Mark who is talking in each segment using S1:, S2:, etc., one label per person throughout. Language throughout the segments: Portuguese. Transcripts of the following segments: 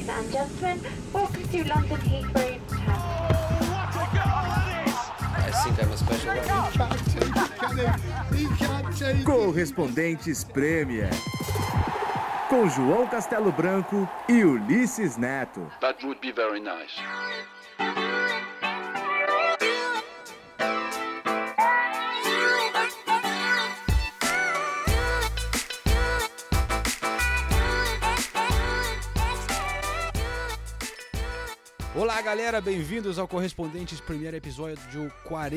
S1: Ladies and gentlemen, welcome to London Heathrow
S2: I think I'm a special one.
S3: Correspondentes Premier. Com João Castelo Branco e Ulisses Neto.
S2: That would be very nice.
S4: Olá galera, bem-vindos ao Correspondentes Premier, episódio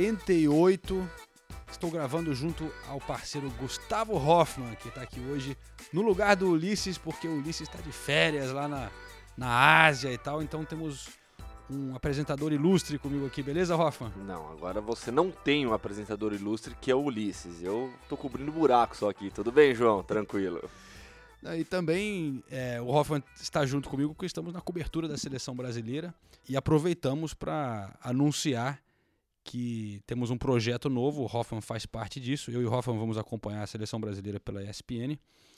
S4: 48. Estou gravando junto ao parceiro Gustavo Hoffmann, que está aqui hoje no lugar do Ulisses, porque o Ulisses está de férias lá na Ásia e tal, então temos um apresentador ilustre comigo aqui, beleza, Hoffmann?
S5: Não, agora você não tem um apresentador ilustre que é o Ulisses, eu tô cobrindo buraco só aqui, tudo bem, João? Tranquilo.
S4: E também o Hoffmann está junto comigo porque estamos na cobertura da seleção brasileira e aproveitamos para anunciar que temos um projeto novo, o Hoffmann faz parte disso, eu e o Hoffmann vamos acompanhar a seleção brasileira pela ESPN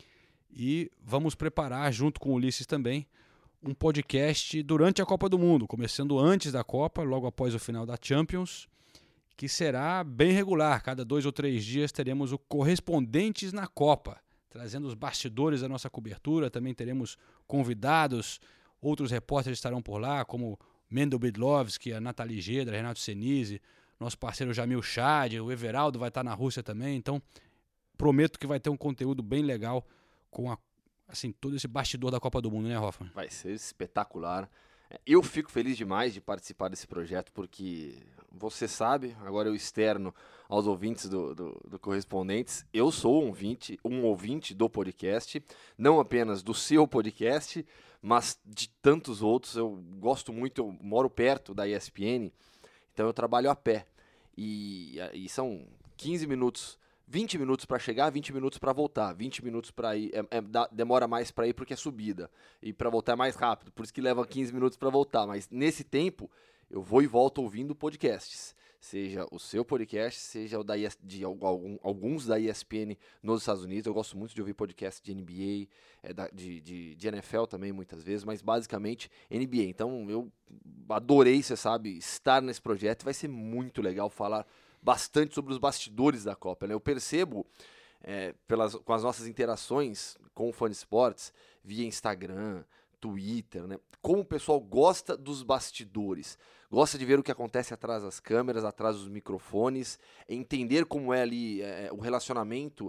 S4: e vamos preparar, junto com o Ulisses também, um podcast durante a Copa do Mundo, começando antes da Copa, logo após o final da Champions, que será bem regular, cada 2 ou 3 dias teremos o Correspondentes na Copa, trazendo os bastidores da nossa cobertura, também teremos convidados, outros repórteres estarão por lá, como Mendel Bidlovski, a Nathalie Gedra, Renato Senise, nosso parceiro Jamil Chad, o Everaldo vai estar na Rússia também, então prometo que vai ter um conteúdo bem legal com todo esse bastidor da Copa do Mundo, né, Hoffmann?
S5: Vai ser espetacular. Eu fico feliz demais de participar desse projeto, porque você sabe, agora eu externo aos ouvintes do Correspondentes, eu sou um ouvinte do podcast, não apenas do seu podcast, mas de tantos outros. Eu gosto muito, eu moro perto da ESPN, então eu trabalho a pé, e são 15 minutos, 20 minutos para chegar, 20 minutos para voltar, 20 minutos para ir, demora mais para ir porque é subida, e para voltar é mais rápido, por isso que leva 15 minutos para voltar, mas nesse tempo eu vou e volto ouvindo podcasts, seja o seu podcast, seja o de alguns da ESPN nos Estados Unidos. Eu gosto muito de ouvir podcast de NBA, de NFL também muitas vezes, mas basicamente NBA. Então eu adorei, você sabe, estar nesse projeto, vai ser muito legal falar bastante sobre os bastidores da Copa, né? Eu percebo, com as nossas interações com o Fun Sports, via Instagram, Twitter, né? Como o pessoal gosta dos bastidores, gosta de ver o que acontece atrás das câmeras, atrás dos microfones, entender como é ali o relacionamento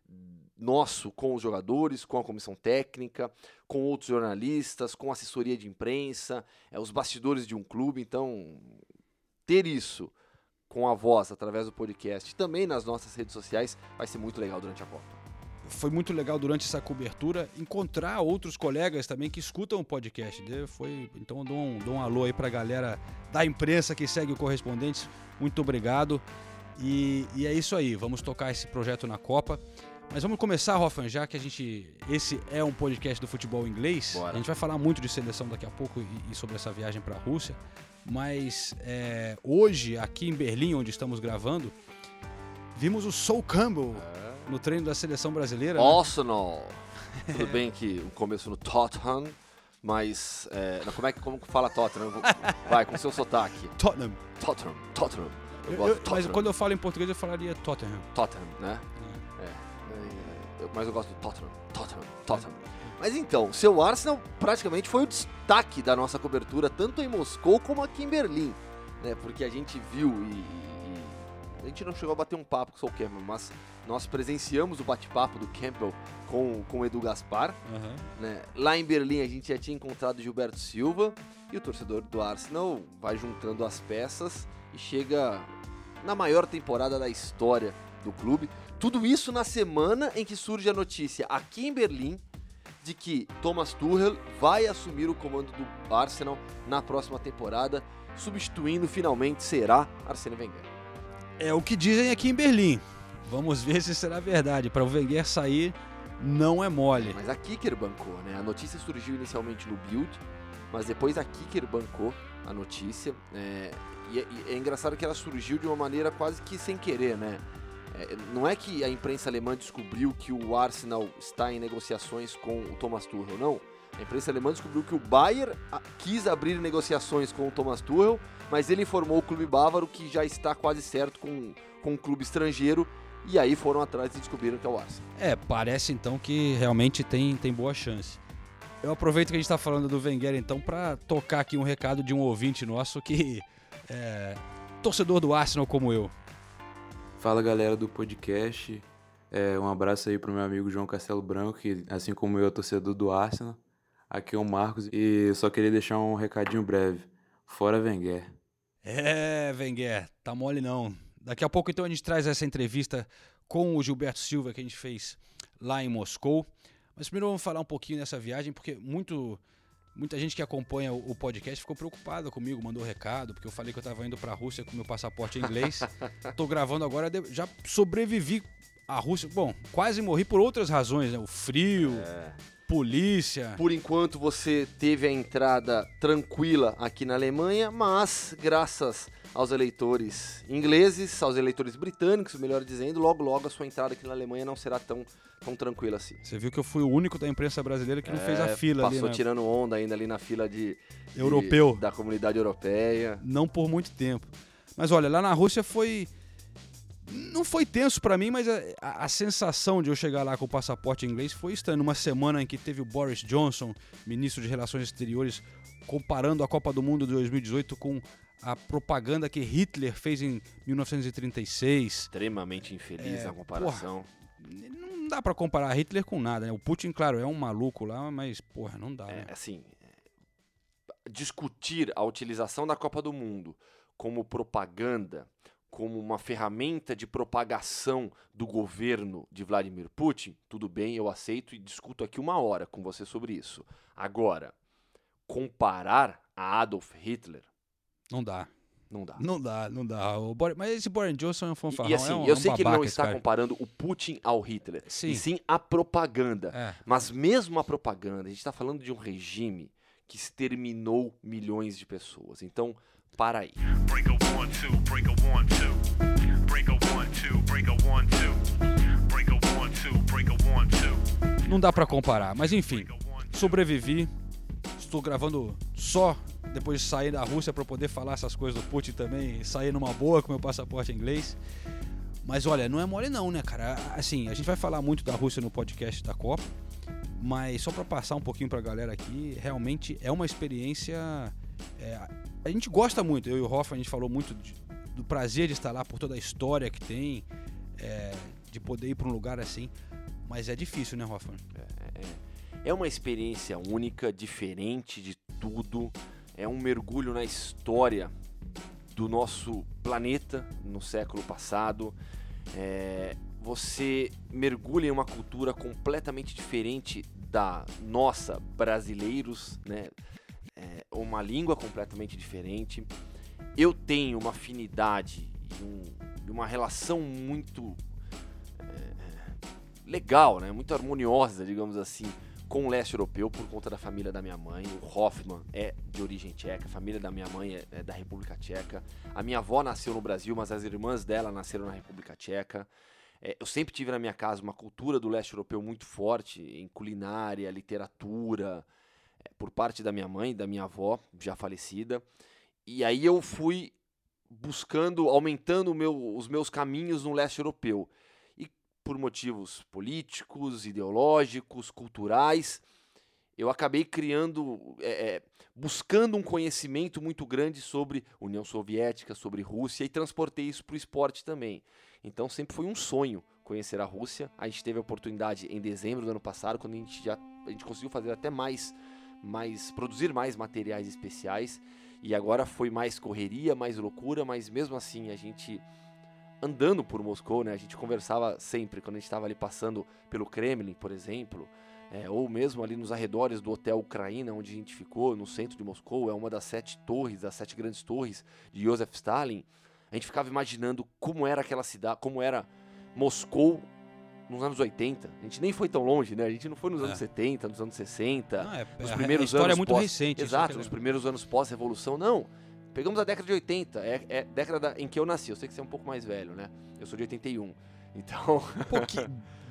S5: nosso com os jogadores, com a comissão técnica, com outros jornalistas, com a assessoria de imprensa, os bastidores de um clube. Então, ter isso com a voz através do podcast e também nas nossas redes sociais vai ser muito legal durante a Copa.
S4: Foi muito legal durante essa cobertura encontrar outros colegas também que escutam o podcast. Então eu dou um alô aí pra galera da imprensa que segue o Correspondentes. Muito obrigado. E é isso aí, vamos tocar esse projeto na Copa. Mas vamos começar, Hoffmann, já que esse é um podcast do futebol inglês. Bora. A gente vai falar muito de seleção daqui a pouco e sobre essa viagem para a Rússia. Mas hoje, aqui em Berlim, onde estamos gravando, vimos o Sol Campbell no treino da seleção brasileira.
S5: Arsenal! Né? Tudo bem que o começo no Tottenham, mas como que fala Tottenham? Vai, com seu sotaque.
S4: Tottenham.
S5: Mas
S4: quando eu falo em português eu falaria Tottenham.
S5: Tottenham, né? Mas eu gosto do Tottenham. Mas então, seu Arsenal praticamente foi o destaque da nossa cobertura, tanto em Moscou como aqui em Berlim, né? Porque a gente viu a gente não chegou a bater um papo com o Sol Campbell, mas nós presenciamos o bate-papo do Campbell com o Edu Gaspar. Né? Lá em Berlim a gente já tinha encontrado o Gilberto Silva e o torcedor do Arsenal vai juntando as peças e chega na maior temporada da história do clube. Tudo isso na semana em que surge a notícia aqui em Berlim de que Thomas Tuchel vai assumir o comando do Arsenal na próxima temporada, substituindo finalmente será Arsène Wenger.
S4: É o que dizem aqui em Berlim. Vamos ver se será verdade. Para o Wenger sair, não é mole.
S5: Mas a Kicker bancou, né? A notícia surgiu inicialmente no Bild, mas depois a Kicker bancou a notícia. E é engraçado que ela surgiu de uma maneira quase que sem querer, né? Não é que a imprensa alemã descobriu que o Arsenal está em negociações com o Thomas Tuchel, não. A imprensa alemã descobriu que o Bayern quis abrir negociações com o Thomas Tuchel, mas ele informou o clube bávaro que já está quase certo com um clube estrangeiro, e aí foram atrás e descobriram que é o Arsenal.
S4: Parece então que realmente tem boa chance. Eu aproveito que a gente está falando do Wenger então para tocar aqui um recado de um ouvinte nosso que é torcedor do Arsenal como eu.
S6: Fala galera do podcast, um abraço aí pro meu amigo João Castelo Branco, que assim como eu é torcedor do Arsenal. Aqui é o Marcos e só queria deixar um recadinho breve. Fora Wenger.
S4: Wenger, tá mole não. Daqui a pouco então a gente traz essa entrevista com o Gilberto Silva que a gente fez lá em Moscou. Mas primeiro vamos falar um pouquinho dessa viagem, porque muita gente que acompanha o podcast ficou preocupada comigo, mandou recado, porque eu falei que eu tava indo pra Rússia com meu passaporte em inglês. Tô gravando agora, já sobrevivi à Rússia. Bom, quase morri por outras razões, né? O frio... polícia.
S5: Por enquanto você teve a entrada tranquila aqui na Alemanha, mas graças aos eleitores ingleses, aos eleitores britânicos, melhor dizendo, logo a sua entrada aqui na Alemanha não será tão tranquila assim.
S4: Você viu que eu fui o único da imprensa brasileira que não fez a fila ali,
S5: passou tirando onda ainda ali na fila
S4: europeu
S5: da comunidade europeia.
S4: Não por muito tempo. Mas olha, lá na Rússia não foi tenso pra mim, mas a sensação de eu chegar lá com o passaporte inglês foi estranho. Numa semana em que teve o Boris Johnson, ministro de Relações Exteriores, comparando a Copa do Mundo de 2018 com a propaganda que Hitler fez em 1936.
S5: Extremamente infeliz a comparação.
S4: Não dá pra comparar Hitler com nada, né? O Putin, claro, é um maluco lá, mas, não dá, né?
S5: Assim, discutir a utilização da Copa do Mundo como propaganda, como uma ferramenta de propagação do governo de Vladimir Putin, tudo bem, eu aceito e discuto aqui 1 hora com você sobre isso. Agora, comparar a Adolf Hitler...
S4: Não dá.
S5: Não dá.
S4: Mas esse Boris Johnson é um fanfarrão.
S5: E assim, eu sei que ele não está comparando o Putin ao Hitler, e sim a propaganda. Mas mesmo a propaganda, a gente está falando de um regime que exterminou milhões de pessoas. Então, para aí.
S4: Não dá pra comparar, mas enfim, sobrevivi. Estou gravando só depois de sair da Rússia para poder falar essas coisas do Putin também, sair numa boa com meu passaporte inglês. Mas olha, não é mole não, né, cara? Assim, a gente vai falar muito da Rússia no podcast da Copa, mas só para passar um pouquinho pra galera aqui, realmente é uma experiência... a gente gosta muito, eu e o Hoffman, a gente falou muito do prazer de estar lá por toda a história que tem, de poder ir para um lugar assim, mas é difícil, né, Hoffman?
S5: É uma experiência única, diferente de tudo, é um mergulho na história do nosso planeta no século passado, você mergulha em uma cultura completamente diferente da nossa, brasileiros, né? Uma língua completamente diferente. Eu tenho uma afinidade e uma relação muito legal, né? Muito harmoniosa, digamos assim, com o leste europeu por conta da família da minha mãe. O Hoffman é de origem tcheca, a família da minha mãe é da República Tcheca. A minha avó nasceu no Brasil, mas as irmãs dela nasceram na República Tcheca. Eu sempre tive na minha casa uma cultura do leste europeu muito forte em culinária, literatura, por parte da minha mãe, da minha avó, já falecida. E aí eu fui buscando, aumentando os meus caminhos no leste europeu. E por motivos políticos, ideológicos, culturais, eu acabei buscando um conhecimento muito grande sobre União Soviética, sobre Rússia, e transportei isso para o esporte também. Então sempre foi um sonho conhecer a Rússia. A gente teve a oportunidade em dezembro do ano passado, quando a gente conseguiu fazer até produzir mais materiais especiais, e agora foi mais correria, mais loucura, mas mesmo assim a gente andando por Moscou, né, a gente conversava sempre quando a gente estava ali passando pelo Kremlin, por exemplo, ou mesmo ali nos arredores do Hotel Ucraína, onde a gente ficou, no centro de Moscou, é uma das 7 grandes torres de Joseph Stalin. A gente ficava imaginando como era aquela cidade, como era Moscou nos anos 80. A gente nem foi tão longe, né? A gente não foi nos anos 70, nos anos 60.
S4: Não,
S5: nos primeiros
S4: a história
S5: anos
S4: é muito recente.
S5: Exato, nos primeiros anos pós-revolução. Não, pegamos a década de 80, década em que eu nasci. Eu sei que você é um pouco mais velho, né? Eu sou de 81. Então...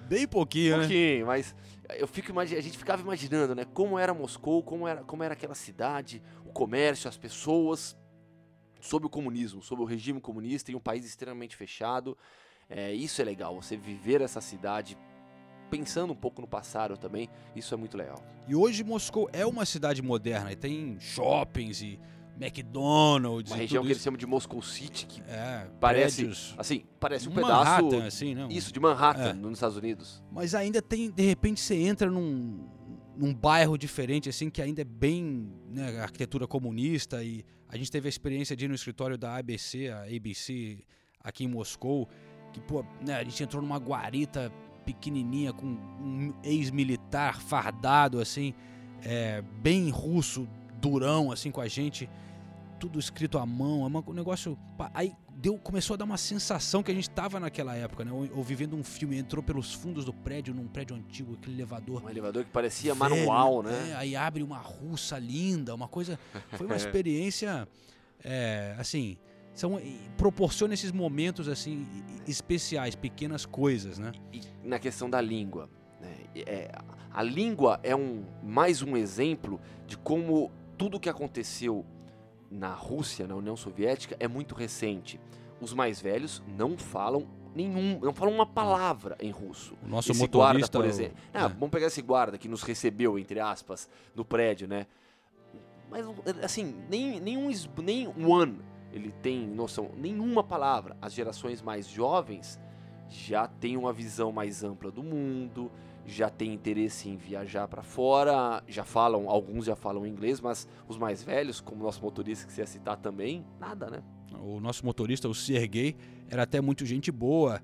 S4: Bem pouquinho,
S5: Um
S4: né?
S5: pouquinho, mas a gente ficava imaginando, né? Como era Moscou, como era aquela cidade, o comércio, as pessoas, sob o comunismo, sob o regime comunista, em um país extremamente fechado. Isso é legal, você viver essa cidade pensando um pouco no passado também, isso é muito legal.
S4: E hoje Moscou é uma cidade moderna, e tem shoppings e McDonald's
S5: Uma
S4: e
S5: região
S4: tudo
S5: que eles
S4: isso.
S5: chamam de Moscow City, que
S4: Parece
S5: parece um
S4: Manhattan,
S5: pedaço
S4: assim, né?
S5: isso, de Manhattan,
S4: É.
S5: nos Estados Unidos.
S4: Mas ainda tem, de repente você entra num bairro diferente, assim, que ainda é bem, né, arquitetura comunista, e a gente teve a experiência de ir no escritório da ABC, a ABC, aqui em Moscou, que, pô, né, a gente entrou numa guarita pequenininha com um ex-militar fardado, assim, bem russo, durão, assim, com a gente, tudo escrito à mão, um negócio... Aí começou a dar uma sensação que a gente estava naquela época, né? Ou vivendo um filme, entrou pelos fundos do prédio, num prédio antigo, aquele elevador.
S5: Um elevador que parecia
S4: velho,
S5: manual, né?
S4: Aí abre uma russa linda, uma coisa... Foi uma experiência, assim... proporciona esses momentos, assim, especiais, pequenas coisas, né?
S5: E na questão da língua, né? A língua é mais um exemplo de como tudo que aconteceu na Rússia, na União Soviética, é muito recente. Os mais velhos não falam uma palavra em russo.
S4: O nosso
S5: Esse
S4: motorista...
S5: guarda, por exemplo. Vamos pegar esse guarda que nos recebeu, entre aspas, no prédio, né? Mas, assim, nem um ano ele tem noção, nenhuma palavra. As gerações mais jovens já têm uma visão mais ampla do mundo, já têm interesse em viajar para fora, alguns já falam inglês, mas os mais velhos, como o nosso motorista que você ia citar também, nada, né?
S4: O nosso motorista, o Sergei, era até muito gente boa,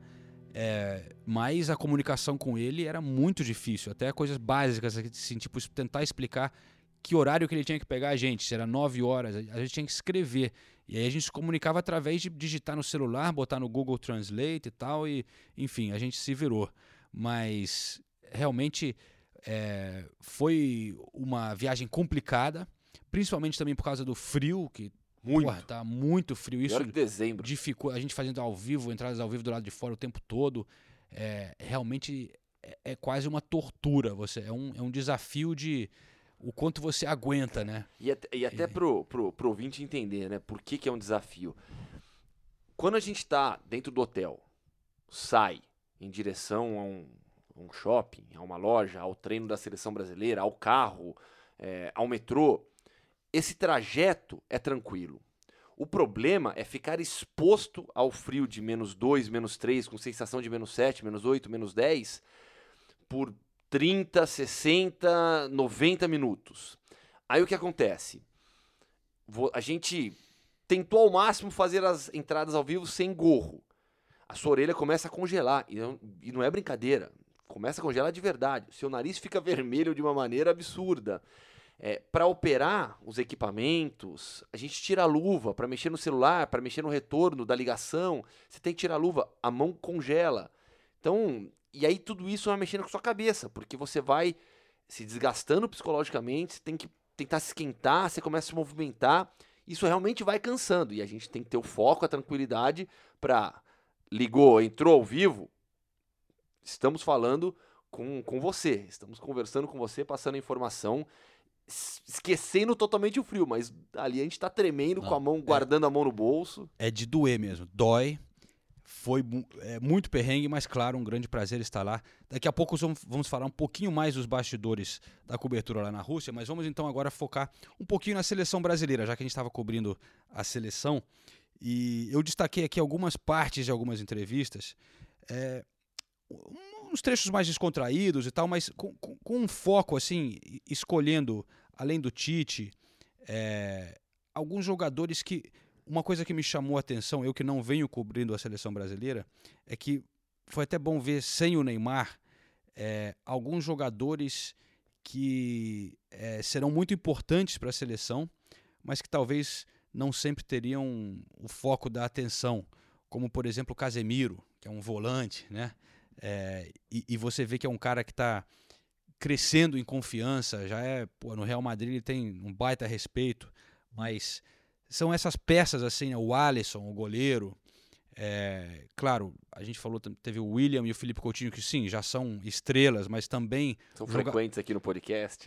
S4: mas a comunicação com ele era muito difícil, até coisas básicas, assim, tipo tentar explicar que horário que ele tinha que pegar a gente, se era 9 horas, a gente tinha que escrever. E aí a gente se comunicava através de digitar no celular, botar no Google Translate e tal, e enfim, a gente se virou. Mas realmente foi uma viagem complicada, principalmente também por causa do frio, que tá muito frio. Isso
S5: Pior que dezembro.
S4: dificulta, a gente fazendo ao vivo, entradas ao vivo do lado de fora o tempo todo, realmente é quase uma tortura. É um desafio de o quanto você aguenta, né?
S5: E até pro ouvinte entender, né? Por que é um desafio. Quando a gente tá dentro do hotel, sai em direção a um shopping, a uma loja, ao treino da seleção brasileira, ao carro, ao metrô, esse trajeto é tranquilo. O problema é ficar exposto ao frio de -2, -3, com sensação de -7, -8, -10, por 30, 60, 90 minutos. Aí o que acontece? A gente tentou ao máximo fazer as entradas ao vivo sem gorro. A sua orelha começa a congelar, e não é brincadeira, começa a congelar de verdade. O seu nariz fica vermelho de uma maneira absurda. Para operar os equipamentos, a gente tira a luva. Para mexer no celular, para mexer no retorno da ligação, você tem que tirar a luva, a mão congela. Então, e aí tudo isso vai mexendo com a sua cabeça, porque você vai se desgastando psicologicamente, você tem que tentar se esquentar, você começa a se movimentar, isso realmente vai cansando, e a gente tem que ter o foco, a tranquilidade para ligou, entrou ao vivo, estamos falando com você, estamos conversando com você, passando informação, esquecendo totalmente o frio, mas ali a gente tá tremendo com a mão, guardando a mão no bolso.
S4: É de doer mesmo, dói. Foi muito perrengue, mas claro, um grande prazer estar lá. Daqui a pouco vamos falar um pouquinho mais dos bastidores da cobertura lá na Rússia, mas vamos então agora focar um pouquinho na seleção brasileira, já que a gente estava cobrindo a seleção. E eu destaquei aqui algumas partes de algumas entrevistas, uns trechos mais descontraídos e tal, mas com um foco, assim, escolhendo, além do Tite, alguns jogadores que... Uma coisa que me chamou a atenção, eu que não venho cobrindo a seleção brasileira, é que foi até bom ver, sem o Neymar, alguns jogadores que serão muito importantes para a seleção, mas que talvez não sempre teriam o foco da atenção, como, por exemplo, o Casemiro, que é um volante, né? E você vê que é um cara que está crescendo em confiança, no Real Madrid ele tem um baita respeito, mas... São essas peças assim, né? O Alisson, o goleiro, Claro, a gente falou, teve o William e o Felipe Coutinho, que sim, já são estrelas, mas também...
S5: São frequentes aqui no podcast.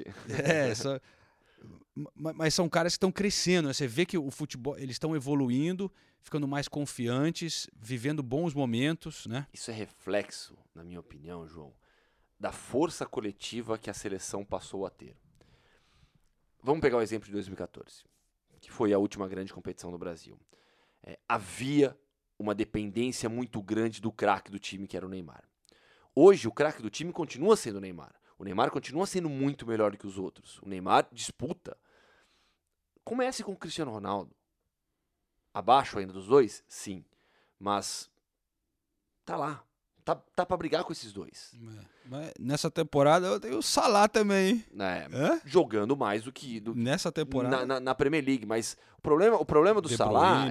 S4: Mas são caras que estão crescendo, né? Você vê que o futebol, eles estão evoluindo, ficando mais confiantes, vivendo bons momentos, né?
S5: Isso é reflexo, na minha opinião, João, da força coletiva que a seleção passou a ter. Vamos pegar o exemplo de 2014, que foi a última grande competição do Brasil. Havia uma dependência muito grande do craque do time, que era o Neymar. Hoje, o craque do time continua sendo o Neymar. O Neymar continua sendo muito melhor do que os outros. O Neymar disputa. Comece com o Cristiano Ronaldo. Abaixo ainda dos dois? Sim. Mas tá lá. Tá pra brigar com esses dois.
S4: Mas nessa temporada eu tenho o Salah também.
S5: Jogando mais do que...
S4: Nessa temporada?
S5: Na Premier League. Mas o problema do Salah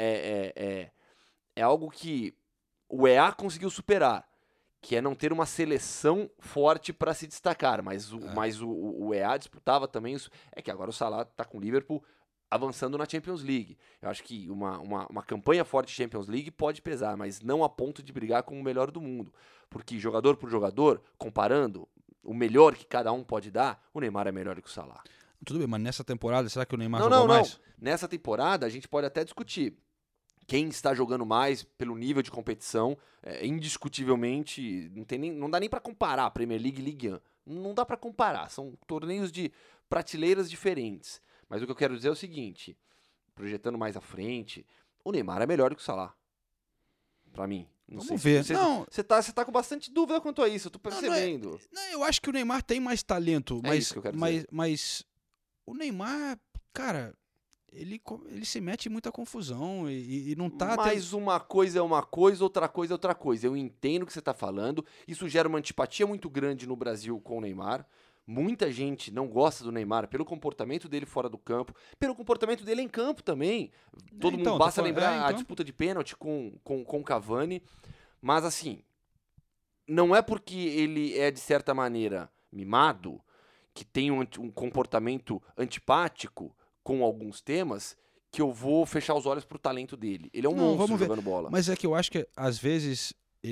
S5: é algo que o EA conseguiu superar, que é não ter uma seleção forte para se destacar, mas o EA disputava também isso. É que agora o Salah está com o Liverpool avançando na Champions League. Eu acho que uma campanha forte de Champions League pode pesar, mas não a ponto de brigar com o melhor do mundo. Porque jogador por jogador, comparando o melhor que cada um pode dar, o Neymar é melhor que o Salah.
S4: Tudo bem, mas nessa temporada, será que o Neymar jogou mais? Não.
S5: Nessa temporada a gente pode até discutir. Quem está jogando mais pelo nível de competição, indiscutivelmente, não dá nem para comparar Premier League e Ligue 1. Não dá para comparar, são torneios de prateleiras diferentes. Mas o que eu quero dizer é o seguinte, projetando mais à frente, o Neymar é melhor do que o Salah. Para mim.
S4: Vamos ver.
S5: Você tá com bastante dúvida quanto a isso, eu tô percebendo.
S4: Eu acho que o Neymar tem mais talento, mas,
S5: isso que eu quero dizer.
S4: Mas o Neymar, cara... Ele se mete em muita confusão e não tá...
S5: Mas uma coisa é uma coisa, outra coisa é outra coisa. Eu entendo o que você está falando. Isso gera uma antipatia muito grande no Brasil com o Neymar. Muita gente não gosta do Neymar pelo comportamento dele fora do campo, pelo comportamento dele em campo também. Todo mundo basta lembrar a disputa de pênalti com o Cavani. Mas assim, não é porque ele é de certa maneira mimado, que tem um comportamento antipático com alguns temas, que eu vou fechar os olhos pro talento dele. Ele é um monstro jogando bola.
S4: Mas é que eu acho que, às vezes,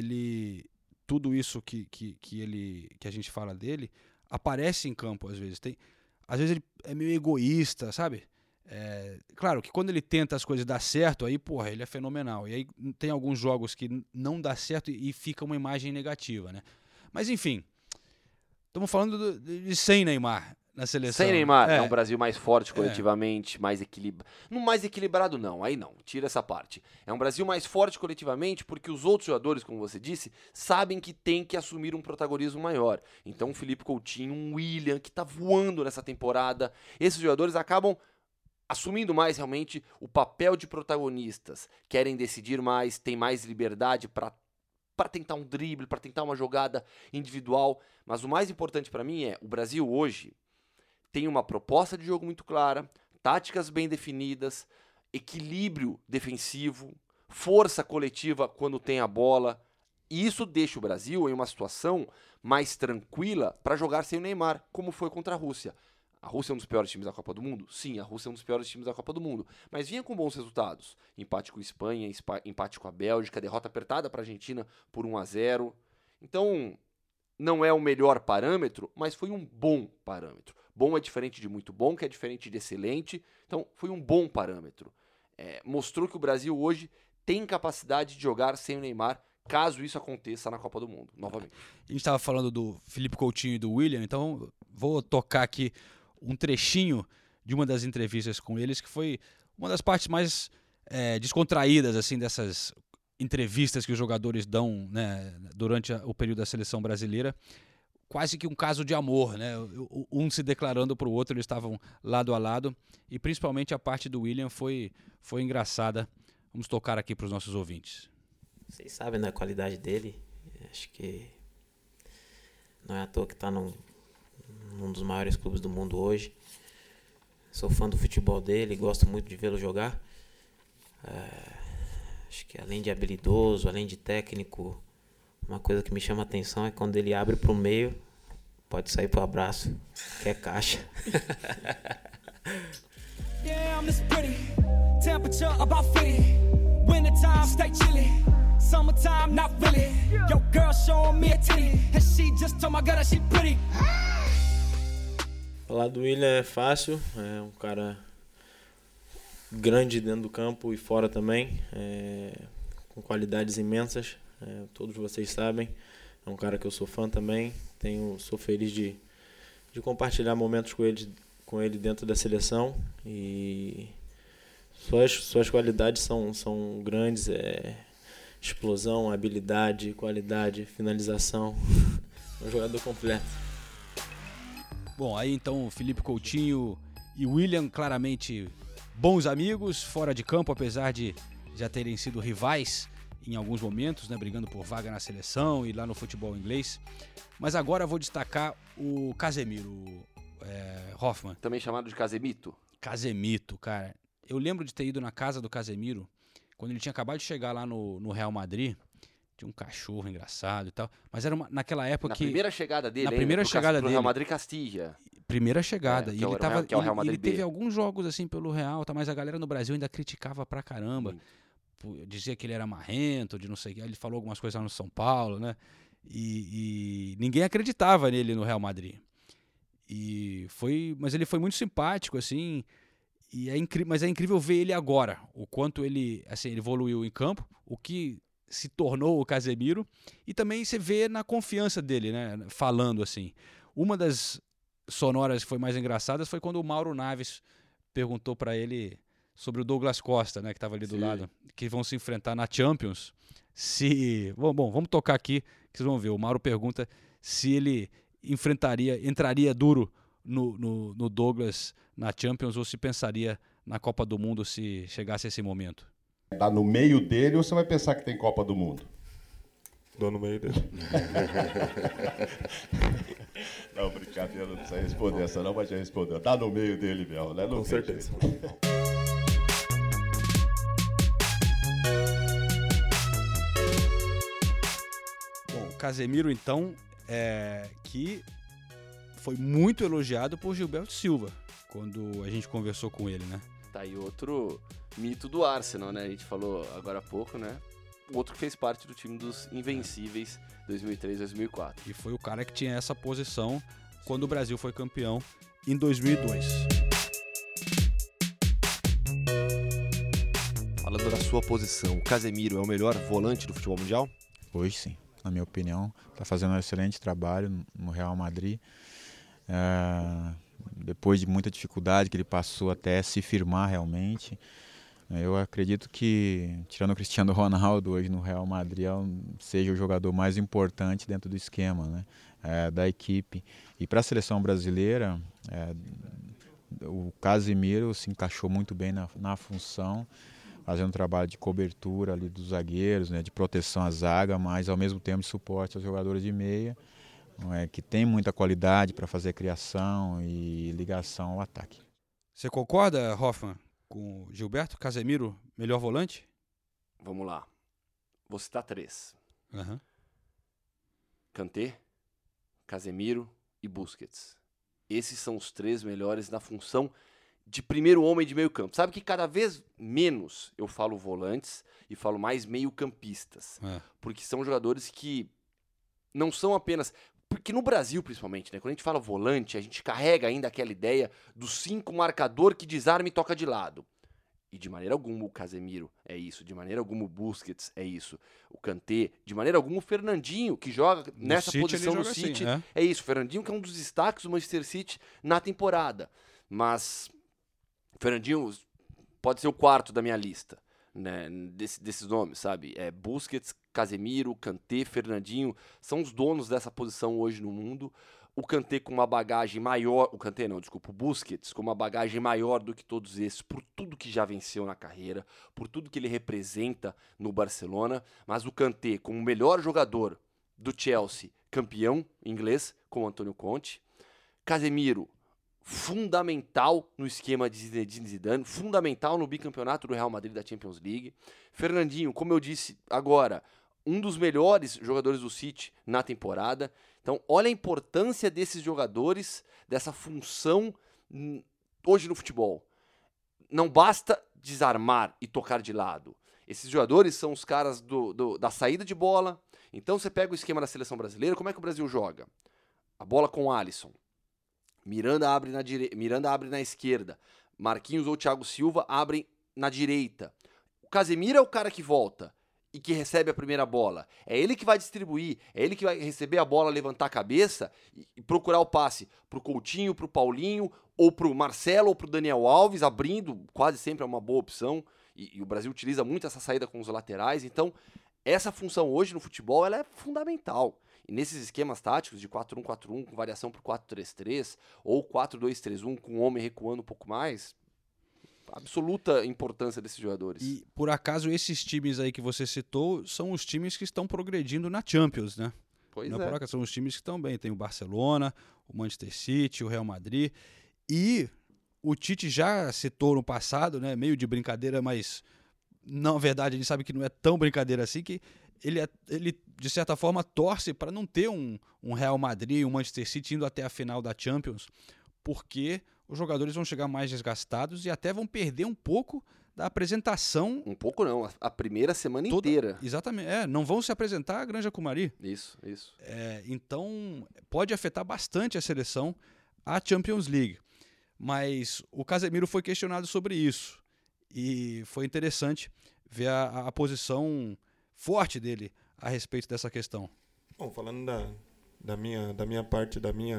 S4: tudo isso que a gente fala dele, aparece em campo, às vezes. Às vezes ele é meio egoísta, sabe? Claro que quando ele tenta as coisas dar certo, aí, porra, ele é fenomenal. E aí tem alguns jogos que não dá certo e fica uma imagem negativa, né? Mas, enfim, estamos falando de sem Neymar na seleção.
S5: Sem Neymar, é um Brasil mais forte coletivamente, mais equilibrado. Não mais equilibrado não, aí não, tira essa parte. É um Brasil mais forte coletivamente porque os outros jogadores, como você disse, sabem que tem que assumir um protagonismo maior. Então o Felipe Coutinho, um William, que tá voando nessa temporada, esses jogadores acabam assumindo mais realmente o papel de protagonistas, querem decidir mais, têm mais liberdade para tentar um drible, para tentar uma jogada individual. Mas o mais importante para mim o Brasil hoje tem uma proposta de jogo muito clara, táticas bem definidas, equilíbrio defensivo, força coletiva quando tem a bola. E isso deixa o Brasil em uma situação mais tranquila para jogar sem o Neymar, como foi contra a Rússia. A Rússia é um dos piores times da Copa do Mundo? Sim, a Rússia é um dos piores times da Copa do Mundo. Mas vinha com bons resultados. Empate com a Espanha, empate com a Bélgica, derrota apertada para a Argentina por 1-0. Então, não é o melhor parâmetro, mas foi um bom parâmetro. Bom é diferente de muito bom, que é diferente de excelente. Então, foi um bom parâmetro. Mostrou que o Brasil hoje tem capacidade de jogar sem o Neymar, caso isso aconteça na Copa do Mundo, novamente.
S4: A gente estava falando do Felipe Coutinho e do William, então vou tocar aqui um trechinho de uma das entrevistas com eles, que foi uma das partes mais descontraídas assim, dessas entrevistas que os jogadores dão, né, durante o período da seleção brasileira. Quase que um caso de amor, né? Um se declarando para o outro, eles estavam lado a lado. E principalmente a parte do William foi engraçada. Vamos tocar aqui para os nossos ouvintes.
S7: Vocês sabem da qualidade dele. Acho que não é à toa que está num dos maiores clubes do mundo hoje. Sou fã do futebol dele, gosto muito de vê-lo jogar. Acho que além de habilidoso, além de técnico, uma coisa que me chama a atenção é quando ele abre pro meio, pode sair pro abraço, que é caixa.
S8: Yeah, I'm this pretty. Temperature about 50. Winter time, stay chilly. time, not really. Yo, girl showing me a titty, and she just told my girl that she pretty.
S7: Falar do William é fácil, é um cara grande dentro do campo e fora também, com qualidades imensas, todos vocês sabem. É um cara que eu sou fã também, sou feliz de compartilhar momentos com ele dentro da seleção, e suas qualidades são grandes, explosão, habilidade, qualidade, finalização, é um jogador completo.
S4: Bom, aí então Felipe Coutinho e William claramente bons amigos, fora de campo, apesar de já terem sido rivais em alguns momentos, né, brigando por vaga na seleção e lá no futebol inglês. Mas agora eu vou destacar o Casemiro, Hoffman.
S5: Também chamado de Casemito.
S4: Casemito, cara. Eu lembro de ter ido na casa do Casemiro, quando ele tinha acabado de chegar lá no Real Madrid. Tinha um cachorro engraçado e tal. Mas era naquela época
S5: na
S4: que...
S5: primeira chegada dele,
S4: na primeira chegada
S5: pro
S4: dele.
S5: Real Madrid Castilla.
S4: Primeira chegada. E ele tava,
S5: que é o Real Madrid
S4: ele teve
S5: B.
S4: alguns jogos assim pelo Real, tá? Mas a galera no Brasil ainda criticava pra caramba. Dizia que ele era marrento, de não sei o que. Ele falou algumas coisas lá no São Paulo, né? E ninguém acreditava nele no Real Madrid. Mas ele foi muito simpático, assim. Mas é incrível ver ele agora. O quanto ele evoluiu em campo. O que se tornou o Casemiro. E também você vê na confiança dele, né? Falando assim. Uma das sonoras que foi mais engraçadas foi quando o Mauro Naves perguntou pra ele sobre o Douglas Costa, né, que estava ali do lado, que vão se enfrentar na Champions. Bom, vamos tocar aqui, que vocês vão ver. O Mauro pergunta se ele entraria duro no Douglas na Champions ou se pensaria na Copa do Mundo se chegasse esse momento.
S9: Tá no meio dele ou você vai pensar que tem Copa do Mundo?
S10: Dou no meio dele.
S9: Não, brincadeira, não precisa responder essa não, mas já respondeu. Tá no meio dele mesmo, né? Não
S10: com certeza.
S4: Bom, o Casemiro, então, que foi muito elogiado por Gilberto Silva, quando a gente conversou com ele, né?
S5: Tá aí outro mito do Arsenal, né? A gente falou agora há pouco, né? Outro que fez parte do time dos Invencíveis 2003-2004.
S4: E foi o cara que tinha essa posição quando o Brasil foi campeão em 2002.
S11: Falando da sua posição, o Casemiro é o melhor volante do futebol mundial?
S12: Hoje sim, na minha opinião. Está fazendo um excelente trabalho no Real Madrid. Depois de muita dificuldade que ele passou até se firmar realmente. Eu acredito que, tirando o Cristiano Ronaldo hoje no Real Madrid, seja o jogador mais importante dentro do esquema, né, da equipe. E para a seleção brasileira, o Casemiro se encaixou muito bem na função, fazendo um trabalho de cobertura ali dos zagueiros, né, de proteção à zaga, mas ao mesmo tempo de suporte aos jogadores de meia, que tem muita qualidade para fazer criação e ligação ao ataque.
S4: Você concorda, Hoffman, com o Gilberto? Casemiro, melhor volante?
S5: Vamos lá. Vou citar 3.
S4: Uhum.
S5: Kanté, Casemiro e Busquets. Esses são os 3 melhores na função de primeiro homem de meio campo. Sabe que cada vez menos eu falo volantes e falo mais meio-campistas. Porque são jogadores que não são apenas... Porque no Brasil, principalmente, né, quando a gente fala volante, a gente carrega ainda aquela ideia do 5 marcador que desarma e toca de lado. E de maneira alguma o Casemiro é isso, de maneira alguma o Busquets é isso, o Kanté, de maneira alguma o Fernandinho, que joga nessa posição no City, assim, é isso. O Fernandinho que é um dos destaques do Manchester City na temporada. Mas o Fernandinho pode ser o 4º da minha lista, né, desses nomes, sabe? Busquets, Casemiro, Kanté, Fernandinho, são os donos dessa posição hoje no mundo. O Kanté com uma bagagem maior, o Busquets com uma bagagem maior do que todos esses, por tudo que já venceu na carreira, por tudo que ele representa no Barcelona, mas o Kanté como o melhor jogador do Chelsea, campeão inglês, com o Antônio Conte. Casemiro, fundamental no esquema de Zinedine Zidane, fundamental no bicampeonato do Real Madrid da Champions League. Fernandinho, como eu disse agora, um dos melhores jogadores do City na temporada. Então, olha a importância desses jogadores, dessa função hoje no futebol. Não basta desarmar e tocar de lado. Esses jogadores são os caras da saída de bola. Então você pega o esquema da seleção brasileira, como é que o Brasil joga? A bola com o Alisson. Miranda abre na esquerda. Marquinhos ou Thiago Silva abrem na direita. O Casemiro é o cara que volta e que recebe a primeira bola. É ele que vai distribuir, é ele que vai receber a bola, levantar a cabeça e procurar o passe pro Coutinho, pro Paulinho, ou pro Marcelo, ou pro Daniel Alves, abrindo, quase sempre é uma boa opção. E o Brasil utiliza muito essa saída com os laterais. Então, essa função hoje no futebol ela é fundamental. E nesses esquemas táticos de 4-1-4-1, com variação pro 4-3-3, ou 4-2-3-1, com o homem recuando um pouco mais, absoluta importância desses jogadores.
S4: E, por acaso, esses times aí que você citou são os times que estão progredindo na Champions, né?
S5: Pois
S4: não
S5: é.
S4: Por acaso, são os times que estão bem. Tem o Barcelona, o Manchester City, o Real Madrid. E o Tite já citou no passado, né? Meio de brincadeira, mas na verdade a gente sabe que não é tão brincadeira assim, que ele de certa forma, torce para não ter um Real Madrid, um Manchester City indo até a final da Champions, porque os jogadores vão chegar mais desgastados e até vão perder um pouco da apresentação.
S5: Um pouco não, a primeira semana inteira.
S4: Exatamente, não vão se apresentar a Granja Comari.
S5: Isso.
S4: Então, pode afetar bastante a seleção, a Champions League. Mas o Casemiro foi questionado sobre isso. E foi interessante ver a posição forte dele a respeito dessa questão.
S10: Bom, falando da minha parte, da minha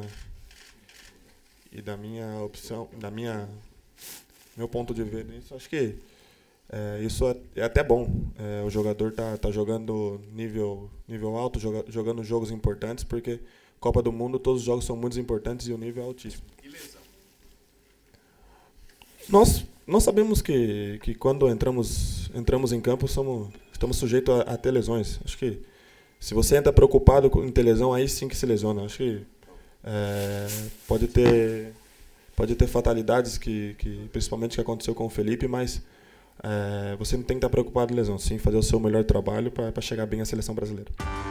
S10: opção, meu ponto de ver nisso, acho que isso é até bom. O jogador tá jogando nível alto, jogando jogos importantes, porque Copa do Mundo todos os jogos são muito importantes e o nível é altíssimo.
S5: E lesão?
S10: Nós sabemos que quando entramos em campo estamos sujeitos a ter lesões. Acho que se você entra preocupado em ter lesão, aí sim que se lesiona. Acho que pode ter fatalidades que principalmente que aconteceu com o Felipe, mas você não tem que estar preocupado em lesão, sim fazer o seu melhor trabalho para chegar bem à seleção brasileira.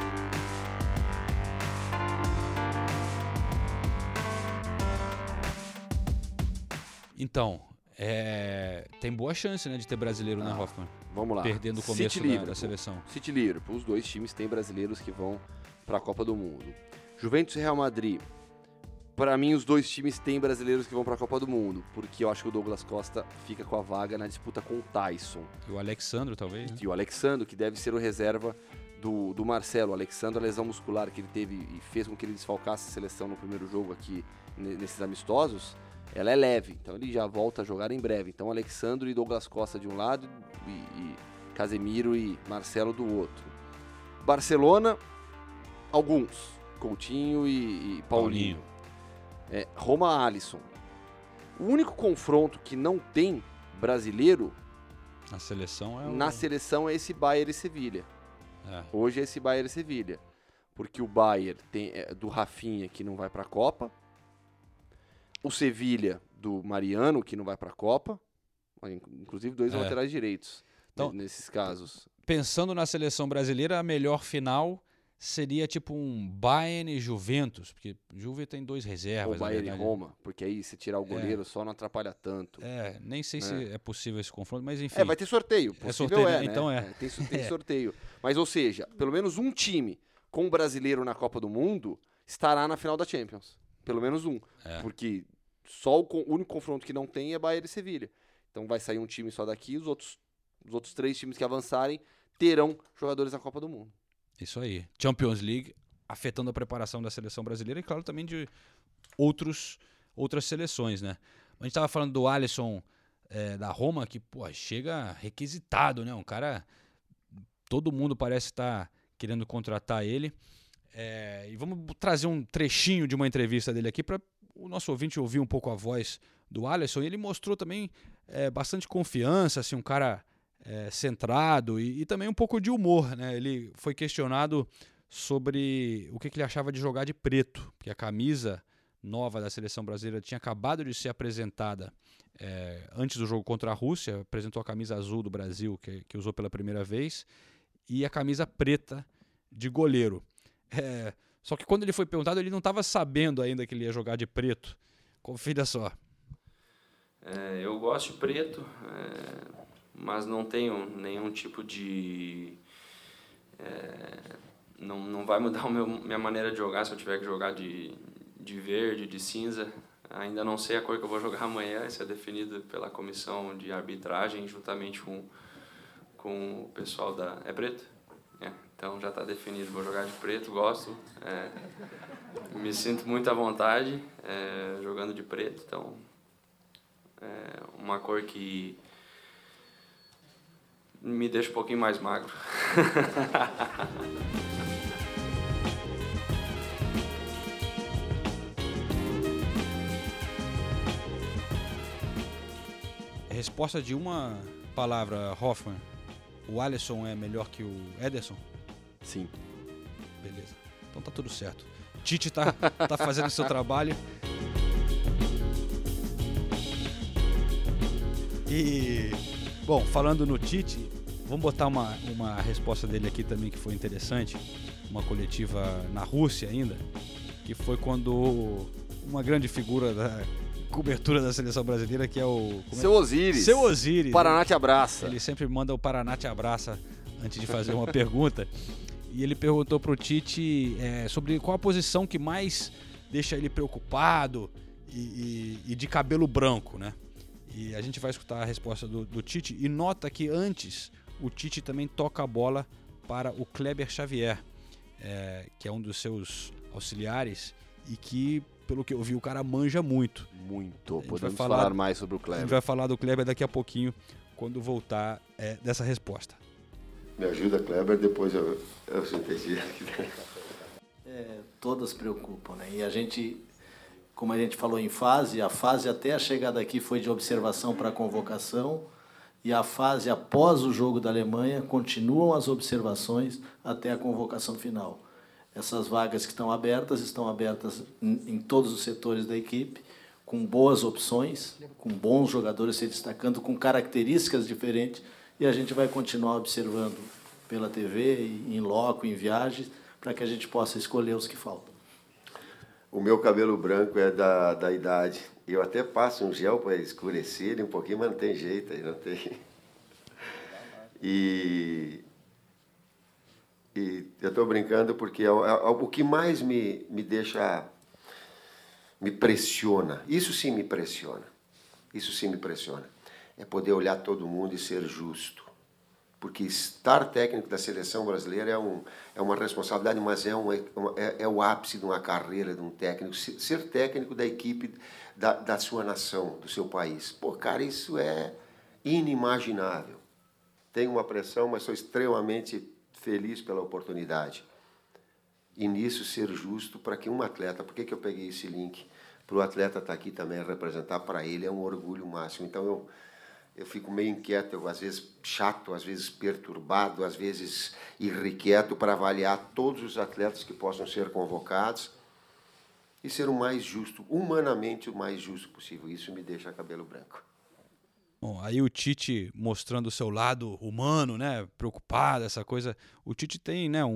S4: Então, tem boa chance, né, de ter brasileiro, né, Hoffman?
S5: Vamos lá.
S4: Perdendo o começo da seleção.
S5: City e Liverpool, os dois times têm brasileiros que vão para a Copa do Mundo. Juventus e Real Madrid. Para mim, os dois times têm brasileiros que vão para a Copa do Mundo, porque eu acho que o Douglas Costa fica com a vaga na disputa com o Tyson.
S4: E o Alexandro, talvez, né?
S5: E o Alexandro, que deve ser o reserva do Marcelo. O Alexandro, a lesão muscular que ele teve e fez com que ele desfalcasse a seleção no primeiro jogo aqui, nesses amistosos, ela é leve, então ele já volta a jogar em breve. Então, Alexandro e Douglas Costa de um lado e Casemiro e Marcelo do outro. Barcelona, alguns. Coutinho e Paulinho. Roma, Alisson. O único confronto que não tem brasileiro
S4: na
S5: seleção é esse Bayern e Sevilha. Hoje é esse Bayern e Sevilha. Porque o Bayern tem do Rafinha, que não vai para a Copa. O Sevilha do Mariano, que não vai para a Copa. Inclusive dois laterais direitos, então, nesses casos.
S4: Pensando na seleção brasileira, a melhor final seria tipo um Bayern e Juventus, porque Juve tem dois reservas.
S5: Ou Bayern e Roma, porque aí se tirar o goleiro só não atrapalha tanto.
S4: Nem sei se é possível esse confronto, mas enfim.
S5: Vai ter sorteio. Possível
S4: sorteio,
S5: né?
S4: Então
S5: Tem sorteio. Mas, ou seja, pelo menos um time com um brasileiro na Copa do Mundo estará na final da Champions. Pelo menos um. Porque só o único confronto que não tem é Bayern e Sevilha. Então vai sair um time só daqui e os outros 3 times que avançarem terão jogadores na Copa do Mundo.
S4: Isso aí. Champions League afetando a preparação da seleção brasileira e, claro, também de outras seleções, né? A gente estava falando do Alisson da Roma, que chega requisitado, né? Um cara... Todo mundo parece estar querendo contratar ele. E vamos trazer um trechinho de uma entrevista dele aqui para o nosso ouvinte ouvir um pouco a voz do Alisson. E ele mostrou também bastante confiança, assim, um cara centrado e também um pouco de humor, né? Ele foi questionado sobre o que ele achava de jogar de preto, porque a camisa nova da seleção brasileira tinha acabado de ser apresentada antes do jogo contra a Rússia, apresentou a camisa azul do Brasil, que usou pela primeira vez, e a camisa preta de goleiro. Só que quando ele foi perguntado, ele não estava sabendo ainda que ele ia jogar de preto. Confira só.
S13: Eu gosto de preto. mas não tenho nenhum tipo de... Não vai mudar minha maneira de jogar se eu tiver que jogar de verde, de cinza. Ainda não sei a cor que eu vou jogar amanhã, isso é definido pela comissão de arbitragem, juntamente com o pessoal da... É preto? Então já está definido, vou jogar de preto, gosto. Me sinto muito à vontade jogando de preto, então é uma cor que me deixa um pouquinho mais magro.
S4: Resposta de uma palavra, Hoffmann. O Alisson é melhor que o Ederson?
S5: Sim.
S4: Beleza. Então tá tudo certo. Tite tá fazendo o seu trabalho. E, bom, falando no Tite, vamos botar uma resposta dele aqui também que foi interessante. Uma coletiva na Rússia ainda, que foi quando uma grande figura da cobertura da seleção brasileira, que é o...
S5: Seu Osiris.
S4: Seu Osiris.
S5: Paraná te abraça.
S4: Ele sempre manda o Paraná te abraça antes de fazer uma pergunta. E ele perguntou pro Tite sobre qual a posição que mais deixa ele preocupado e de cabelo branco, né? E a gente vai escutar a resposta do Tite. E nota que antes o Tite também toca a bola para o Kleber Xavier, que é um dos seus auxiliares e que, pelo que eu vi, o cara manja muito.
S5: Muito. Podemos falar mais sobre o Kleber.
S4: A gente vai falar do Kleber daqui a pouquinho, quando voltar dessa resposta.
S14: Me ajuda, Kleber, depois eu sintetizo.
S15: Todas preocupam, né? E a gente, como a gente falou em fase, a fase até a chegada aqui foi de observação para a convocação, e a fase após o jogo da Alemanha continuam as observações até a convocação final. Essas vagas que estão abertas em todos os setores da equipe, com boas opções, com bons jogadores se destacando, com características diferentes, e a gente vai continuar observando pela TV, em loco, em viagens, para que a gente possa escolher os que faltam.
S14: O meu cabelo branco é da idade. Eu até passo um gel para escurecer ele um pouquinho, mas não tem jeito, aí não tem. E eu estou brincando porque o que mais me deixa, me pressiona, isso sim me pressiona, é poder olhar todo mundo e ser justo. Porque estar técnico da seleção brasileira é uma responsabilidade, mas é o ápice de uma carreira de um técnico. Ser técnico da equipe da sua nação, do seu país. Pô, cara, isso é inimaginável. Tenho uma pressão, mas sou extremamente feliz pela oportunidade. E nisso ser justo para que um atleta... Por que eu peguei esse link? Para o atleta estar aqui também representar, para ele é um orgulho máximo. Então eu fico meio inquieto, às vezes chato, às vezes perturbado, às vezes irrequieto para avaliar todos os atletas que possam ser convocados e ser o mais justo, humanamente o mais justo possível. Isso me deixa cabelo branco.
S4: Bom, aí o Tite mostrando o seu lado humano, né, preocupado, essa coisa. O Tite tem, né,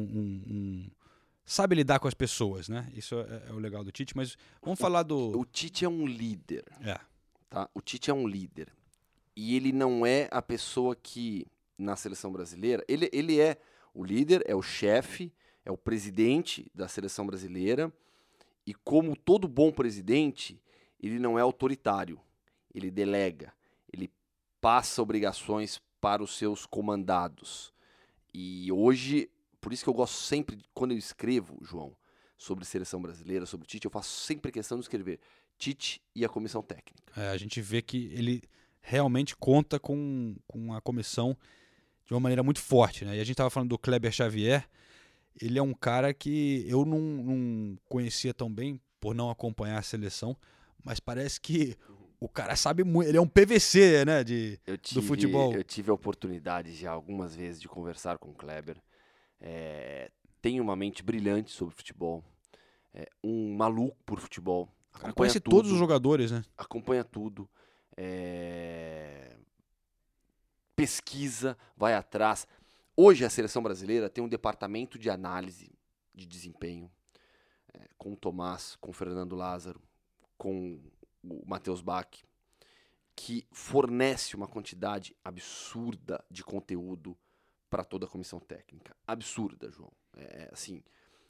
S4: sabe lidar com as pessoas, né? Isso é o legal do Tite, mas vamos falar do...
S5: O Tite é um líder. Tá? O Tite é um líder. E ele não é a pessoa que, na seleção brasileira, ele é o líder, é o chefe, é o presidente da seleção brasileira. E como todo bom presidente, ele não é autoritário. Ele delega. Ele passa obrigações para os seus comandados. E hoje, por isso que eu gosto sempre, quando eu escrevo, João, sobre seleção brasileira, sobre o Tite, eu faço sempre questão de escrever Tite e a comissão técnica.
S4: A gente vê que ele realmente conta com a comissão de uma maneira muito forte, né? E a gente estava falando do Kleber Xavier, ele é um cara que eu não conhecia tão bem por não acompanhar a seleção, mas parece que o cara sabe muito, ele é um PVC, né, do futebol.
S5: Eu tive a oportunidade já algumas vezes de conversar com o Kleber. Tem uma mente brilhante sobre futebol, um maluco por futebol.
S4: Conhece todos os jogadores, né?
S5: Acompanha tudo. Pesquisa, vai atrás. Hoje a seleção brasileira tem um departamento de análise de desempenho com o Tomás, com o Fernando Lázaro, com o Matheus Bach, que fornece uma quantidade absurda de conteúdo para toda a comissão técnica. Absurda, João. Assim,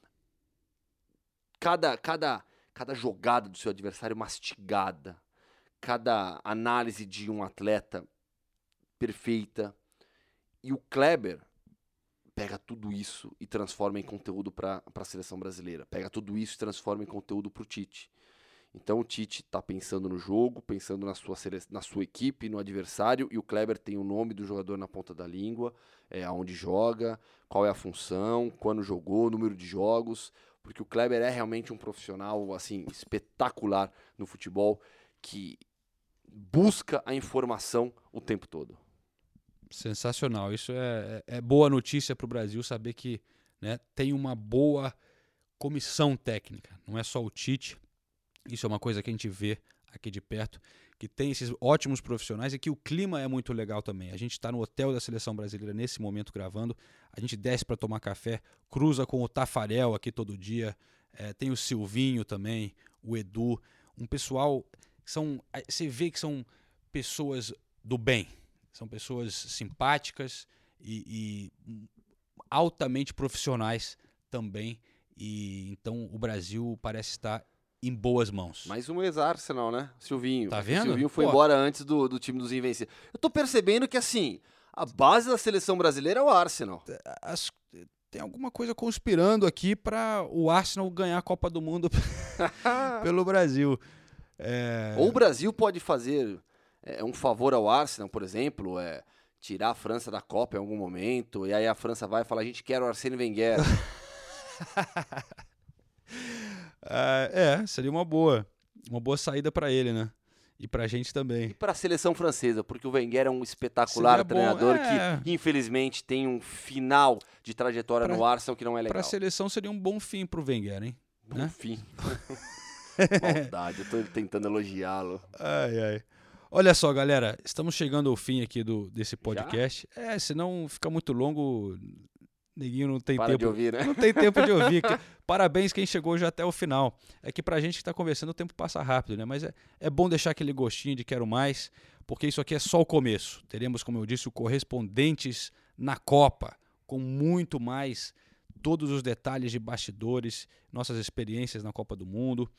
S5: cada jogada do seu adversário mastigada, cada análise de um atleta perfeita. E o Kleber pega tudo isso e transforma em conteúdo para a seleção brasileira. Pega tudo isso e transforma em conteúdo para o Tite. Então o Tite está pensando no jogo, pensando na sua equipe, no adversário, e o Kleber tem o nome do jogador na ponta da língua, aonde joga, qual é a função, quando jogou, número de jogos, porque o Kleber é realmente um profissional assim, espetacular no futebol, que busca a informação o tempo todo.
S4: Sensacional. Isso é boa notícia para o Brasil, saber que, né, tem uma boa comissão técnica. Não é só o Tite. Isso é uma coisa que a gente vê aqui de perto, que tem esses ótimos profissionais e que o clima é muito legal também. A gente está no hotel da Seleção Brasileira nesse momento gravando, a gente desce para tomar café, cruza com o Tafarel aqui todo dia, tem o Silvinho também, o Edu, um pessoal, você vê que são pessoas do bem, são pessoas simpáticas e altamente profissionais também, e então o Brasil parece estar em boas mãos.
S5: Mais um ex-Arsenal, né? Silvinho.
S4: Tá vendo?
S5: O Silvinho foi embora antes do time dos Invencíveis. Eu tô percebendo que, assim, a base da seleção brasileira é o Arsenal.
S4: Tem alguma coisa conspirando aqui para o Arsenal ganhar a Copa do Mundo pelo Brasil.
S5: Ou o Brasil pode fazer um favor ao Arsenal, por exemplo, tirar a França da Copa em algum momento, e aí a França vai falar, a gente quer o Arsène Wenger.
S4: Seria uma boa saída para ele, né? E pra gente também.
S5: E pra seleção francesa, porque o Wenger é um espetacular treinador que, infelizmente, tem um final de trajetória no Arsenal que não é legal.
S4: Pra seleção seria um bom fim pro Wenger, hein?
S5: Bom fim. Maldade, eu tô tentando elogiá-lo.
S4: Ai. Olha só, galera, estamos chegando ao fim aqui desse podcast. Senão fica muito longo... Neguinho não tem tempo
S5: de ouvir, né?
S4: Não tem tempo de ouvir. Parabéns quem chegou já até o final. É que pra gente que tá conversando o tempo passa rápido, né? Mas é bom deixar aquele gostinho de quero mais, porque isso aqui é só o começo. Teremos, como eu disse, o Correspondentes na Copa, com muito mais, todos os detalhes de bastidores, nossas experiências na Copa do Mundo.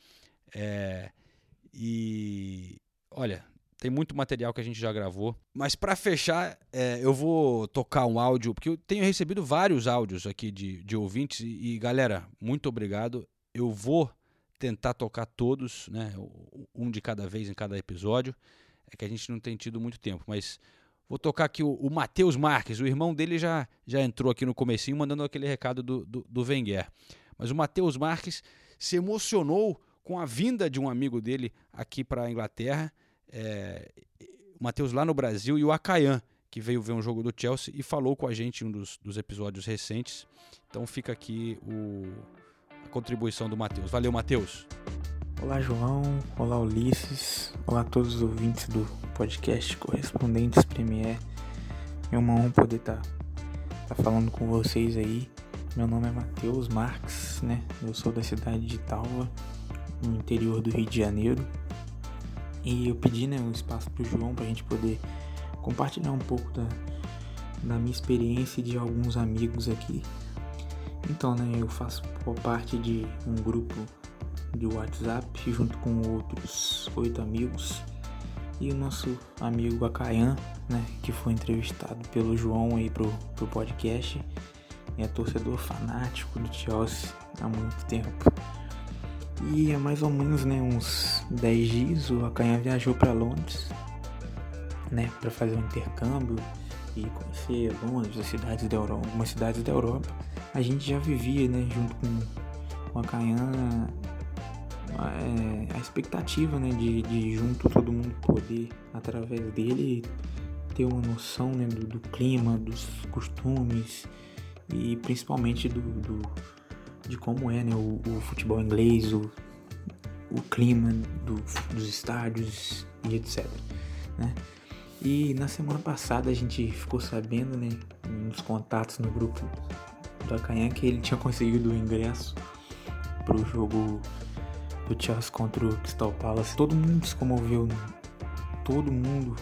S4: E olha, tem muito material que a gente já gravou. Mas para fechar, eu vou tocar um áudio, porque eu tenho recebido vários áudios aqui de ouvintes. E galera, muito obrigado. Eu vou tentar tocar todos, né, um de cada vez em cada episódio. É que a gente não tem tido muito tempo, mas vou tocar aqui o Matheus Marques. O irmão dele já entrou aqui no comecinho, mandando aquele recado do Wenger. Mas o Matheus Marques se emocionou com a vinda de um amigo dele aqui para a Inglaterra. O Matheus lá no Brasil, e o Akayan, que veio ver um jogo do Chelsea e falou com a gente em um dos episódios recentes. Então fica aqui a contribuição do Matheus. Valeu, Matheus.
S16: Olá, João. Olá, Ulisses. Olá a todos os ouvintes do podcast Correspondentes Premier. É uma honra poder estar falando com vocês aí. Meu nome é Matheus Marques, né? Eu sou da cidade de Talva, no interior do Rio de Janeiro. E eu pedi, né, um espaço pro João pra gente poder compartilhar um pouco da minha experiência e de alguns amigos aqui. Então, né, eu faço parte de um grupo de WhatsApp junto com outros 8 amigos. E o nosso amigo Akayan, né, que foi entrevistado pelo João aí pro podcast, é torcedor fanático do Chelsea há muito tempo. E há mais ou menos, né, uns 10 dias o Akayan viajou para Londres, né, para fazer um intercâmbio e conhecer Londres, algumas cidades da Europa. A gente já vivia, né, junto com o Akayan, a expectativa, né, de junto todo mundo poder, através dele, ter uma noção, né, do clima, dos costumes e principalmente de como é, né, o futebol inglês, o clima dos estádios e etc, né? E na semana passada a gente ficou sabendo, né, nos contatos no grupo do Akayan, que ele tinha conseguido o ingresso pro jogo do Chelsea contra o Crystal Palace. Todo mundo se comoveu todo mundo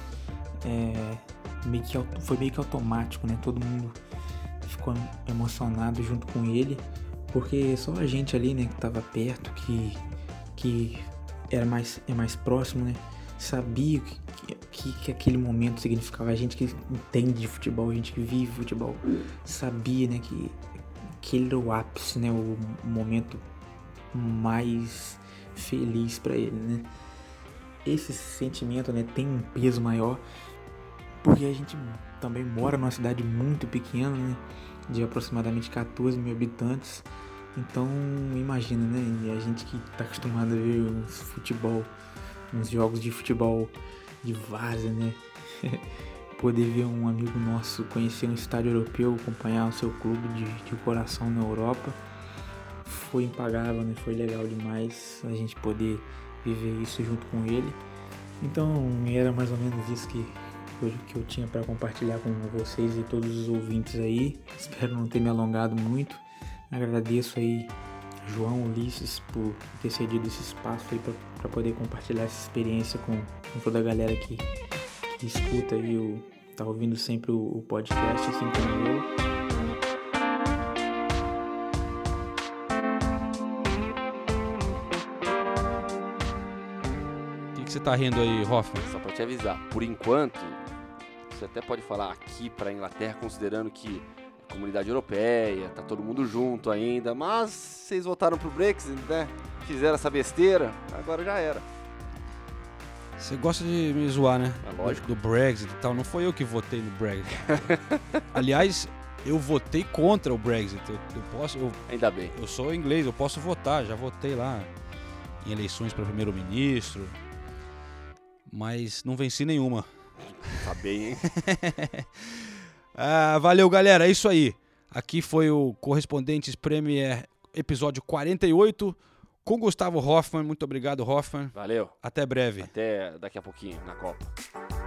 S16: foi meio que automático, né? Todo mundo ficou emocionado junto com ele, porque só a gente ali, né, que tava perto, que era mais próximo, né, sabia o que aquele momento significava. A gente que entende de futebol, a gente que vive futebol, sabia, né, que aquele era o ápice, né, o momento mais feliz para ele, né. Esse sentimento, né, tem um peso maior, porque a gente também mora numa cidade muito pequena, né, de aproximadamente 14 mil habitantes. Então, imagina, né, e a gente que tá acostumado a ver uns jogos de futebol de várzea, né, poder ver um amigo nosso conhecer um estádio europeu, acompanhar o seu clube de coração na Europa, foi impagável, né, foi legal demais a gente poder viver isso junto com ele. Então, era mais ou menos isso que eu tinha para compartilhar com vocês e todos os ouvintes aí. Espero não ter me alongado muito. Agradeço aí João, Ulisses, por ter cedido esse espaço aí para poder compartilhar essa experiência com toda a galera que escuta aí, tá ouvindo sempre o podcast, assim como eu.
S4: O que você tá rindo aí, Hoffman?
S5: Só pra te avisar, por enquanto, você até pode falar aqui pra Inglaterra, considerando que a comunidade europeia, tá todo mundo junto ainda, mas vocês votaram pro Brexit, né? Fizeram essa besteira, agora já era.
S4: Você gosta de me zoar, né?
S5: É lógico.
S4: Do Brexit e tal. Não foi eu que votei no Brexit. Aliás, eu votei contra o Brexit.
S5: Ainda bem.
S4: Eu sou inglês, eu posso votar. Já votei lá em eleições para primeiro-ministro. Mas não venci nenhuma.
S5: Tá bem, hein?
S4: Valeu, galera. É isso aí. Aqui foi o Correspondentes Premier, episódio 48. Com Gustavo Hoffman. Muito obrigado, Hoffman.
S5: Valeu.
S4: Até breve.
S5: Até daqui a pouquinho na Copa.